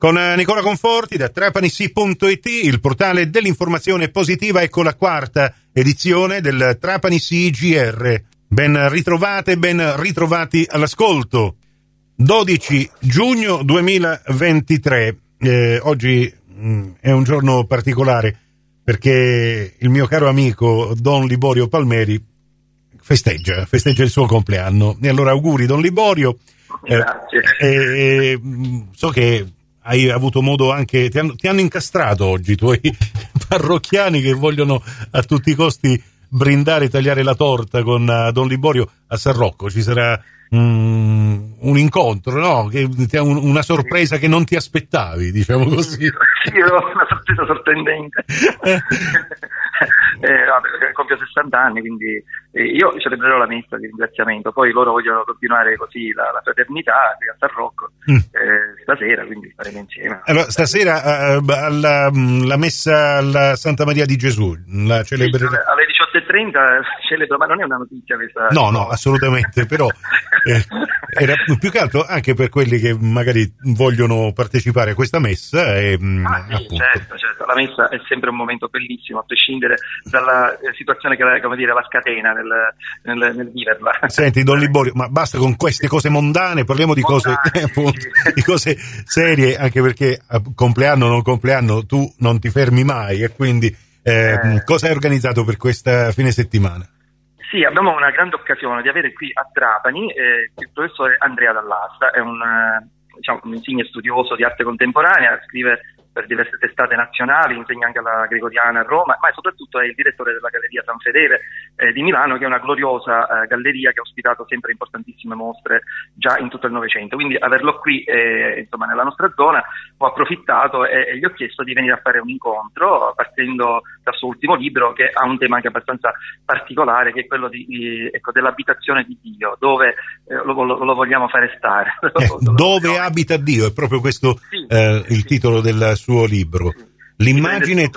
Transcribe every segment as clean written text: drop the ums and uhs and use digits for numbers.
Con Nicola Conforti da trapanissi.it, il portale dell'informazione positiva. Ecco la quarta edizione del Trapani CGR. Ben ritrovate, ben ritrovati all'ascolto. 12 giugno 2023. Oggi è un giorno particolare perché il mio caro amico Don Liborio Palmeri festeggia il suo compleanno. E allora auguri Don Liborio. Grazie. So che hai avuto modo anche, ti hanno incastrato oggi i tuoi parrocchiani che vogliono a tutti i costi brindare e tagliare la torta con Don Liborio a San Rocco. Ci sarà un incontro, no? Una sorpresa che non ti aspettavi, diciamo così. Sì, una sorpresa sorprendente. Compio 60 anni, quindi io celebrerò la messa di ringraziamento, poi loro vogliono continuare così la fraternità qui a San Rocco stasera, quindi staremo insieme. Allora, stasera la messa alla Santa Maria di Gesù la celebreremo alle 18:30, celebro, ma non è una notizia questa. No, assolutamente, però era più che altro anche per quelli che magari vogliono partecipare a questa messa. Certo, la messa è sempre un momento bellissimo, a prescindere dalla situazione che la scatena nel viverla. Senti Don Liborio, ma basta con queste cose mondane, parliamo di cose di cose serie, anche perché compleanno o non compleanno tu non ti fermi mai, e quindi cosa hai organizzato per questa fine settimana? Sì, abbiamo una grande occasione di avere qui a Trapani il professore Andrea Dall'Asta. È un insigne studioso di arte contemporanea, scrive per diverse testate nazionali, insegna anche alla Gregoriana a Roma, ma soprattutto è il direttore della Galleria San Fedele di Milano, che è una gloriosa galleria che ha ospitato sempre importantissime mostre già in tutto il Novecento. Quindi averlo qui nella nostra zona, ho approfittato e gli ho chiesto di venire a fare un incontro partendo dal suo ultimo libro, che ha un tema anche abbastanza particolare, che è quello dell'abitazione di Dio, dove lo vogliamo fare stare. Dove abita Dio, è proprio questo il titolo del suo libro. L'immagine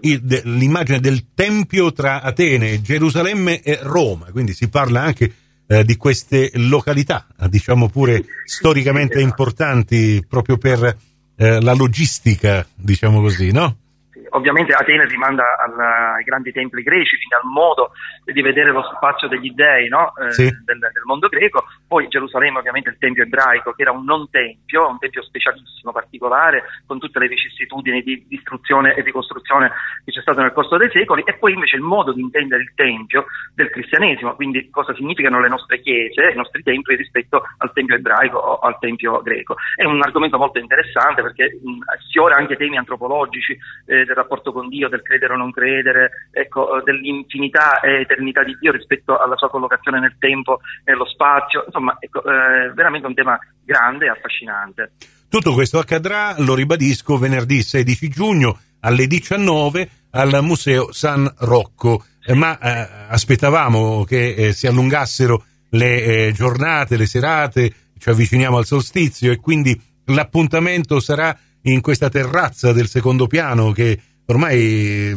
del tempio tra Atene, Gerusalemme e Roma, quindi si parla anche di queste località, diciamo pure storicamente importanti proprio per la logistica, diciamo così, no? Ovviamente Atene rimanda ai grandi templi greci, quindi al modo di vedere lo spazio degli dei, no? Del mondo greco. Poi Gerusalemme, ovviamente il tempio ebraico, che era un non tempio, un tempio specialissimo, particolare, con tutte le vicissitudini di distruzione e ricostruzione che c'è stato nel corso dei secoli. E poi invece il modo di intendere il tempio del cristianesimo, quindi cosa significano le nostre chiese, i nostri templi rispetto al tempio ebraico o al tempio greco. È un argomento molto interessante perché sfiora anche temi antropologici del rapporto con Dio, del credere o non credere, dell'infinità e eternità di Dio rispetto alla sua collocazione nel tempo e nello spazio. Insomma, veramente un tema grande e affascinante. Tutto questo accadrà, lo ribadisco, venerdì 16 giugno alle 19 al Museo San Rocco, ma aspettavamo che si allungassero le giornate, le serate, ci avviciniamo al solstizio e quindi l'appuntamento sarà in questa terrazza del secondo piano, che ormai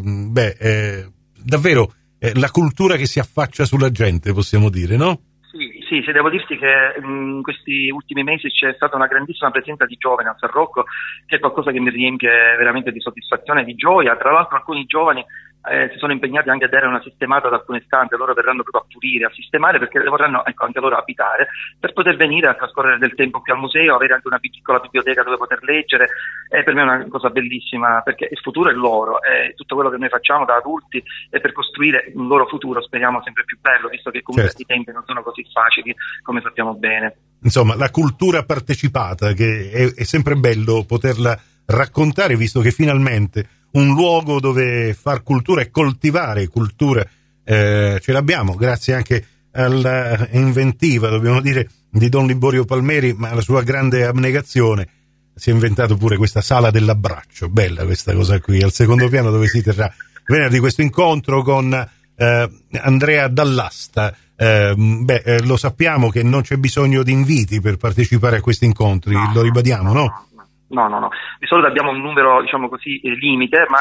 davvero la cultura che si affaccia sulla gente, possiamo dire, no? Sì, devo dirti che in questi ultimi mesi c'è stata una grandissima presenza di giovani a San Rocco, che è qualcosa che mi riempie veramente di soddisfazione e di gioia. Tra l'altro alcuni giovani si sono impegnati anche a dare una sistemata ad alcune stanze, loro verranno proprio a pulire, a sistemare, perché le vorranno anche loro abitare, per poter venire a trascorrere del tempo qui al museo, avere anche una piccola biblioteca dove poter leggere. Per me è una cosa bellissima, perché il futuro è loro, tutto quello che noi facciamo da adulti è per costruire un loro futuro, speriamo sempre più bello, visto che comunque i tempi non sono così facili come sappiamo bene. Insomma, la cultura partecipata, che è sempre bello poterla raccontare, visto che finalmente un luogo dove far cultura e coltivare cultura ce l'abbiamo, grazie anche all'inventiva, dobbiamo dire, di Don Liborio Palmeri, ma alla sua grande abnegazione si è inventato pure questa sala dell'abbraccio. Bella questa cosa qui, al secondo piano, dove si terrà venerdì questo incontro con Andrea Dall'Asta. Lo sappiamo che non c'è bisogno di inviti per partecipare a questi incontri, lo ribadiamo, no? No. Di solito abbiamo un numero, diciamo così, limite, ma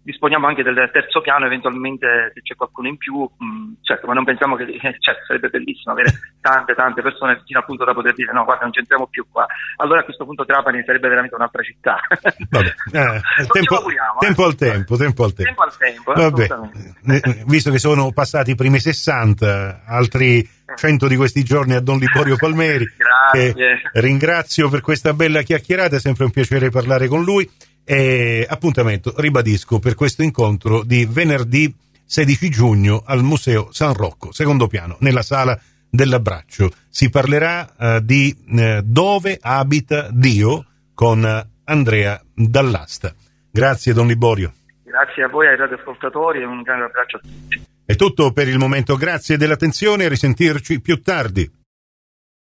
disponiamo anche del terzo piano, eventualmente se c'è qualcuno in più, certo, ma non pensiamo che certo, sarebbe bellissimo avere tante persone fino appunto da poter dire no, guarda, non c'entriamo più qua. Allora a questo punto Trapani sarebbe veramente un'altra città. Vabbè, tempo al tempo. Vabbè, visto che sono passati i primi 60, altri 100 di questi giorni a Don Liborio Palmeri, che ringrazio per questa bella chiacchierata, è sempre un piacere parlare con lui. E appuntamento, ribadisco, per questo incontro di venerdì 16 giugno al Museo San Rocco, secondo piano, nella sala dell'Abbraccio. Si parlerà di Dove abita Dio con Andrea Dall'Asta. Grazie Don Liborio. Grazie a voi, ai radioascoltatori, e un grande abbraccio a tutti. È tutto per il momento, grazie dell'attenzione, a risentirci più tardi.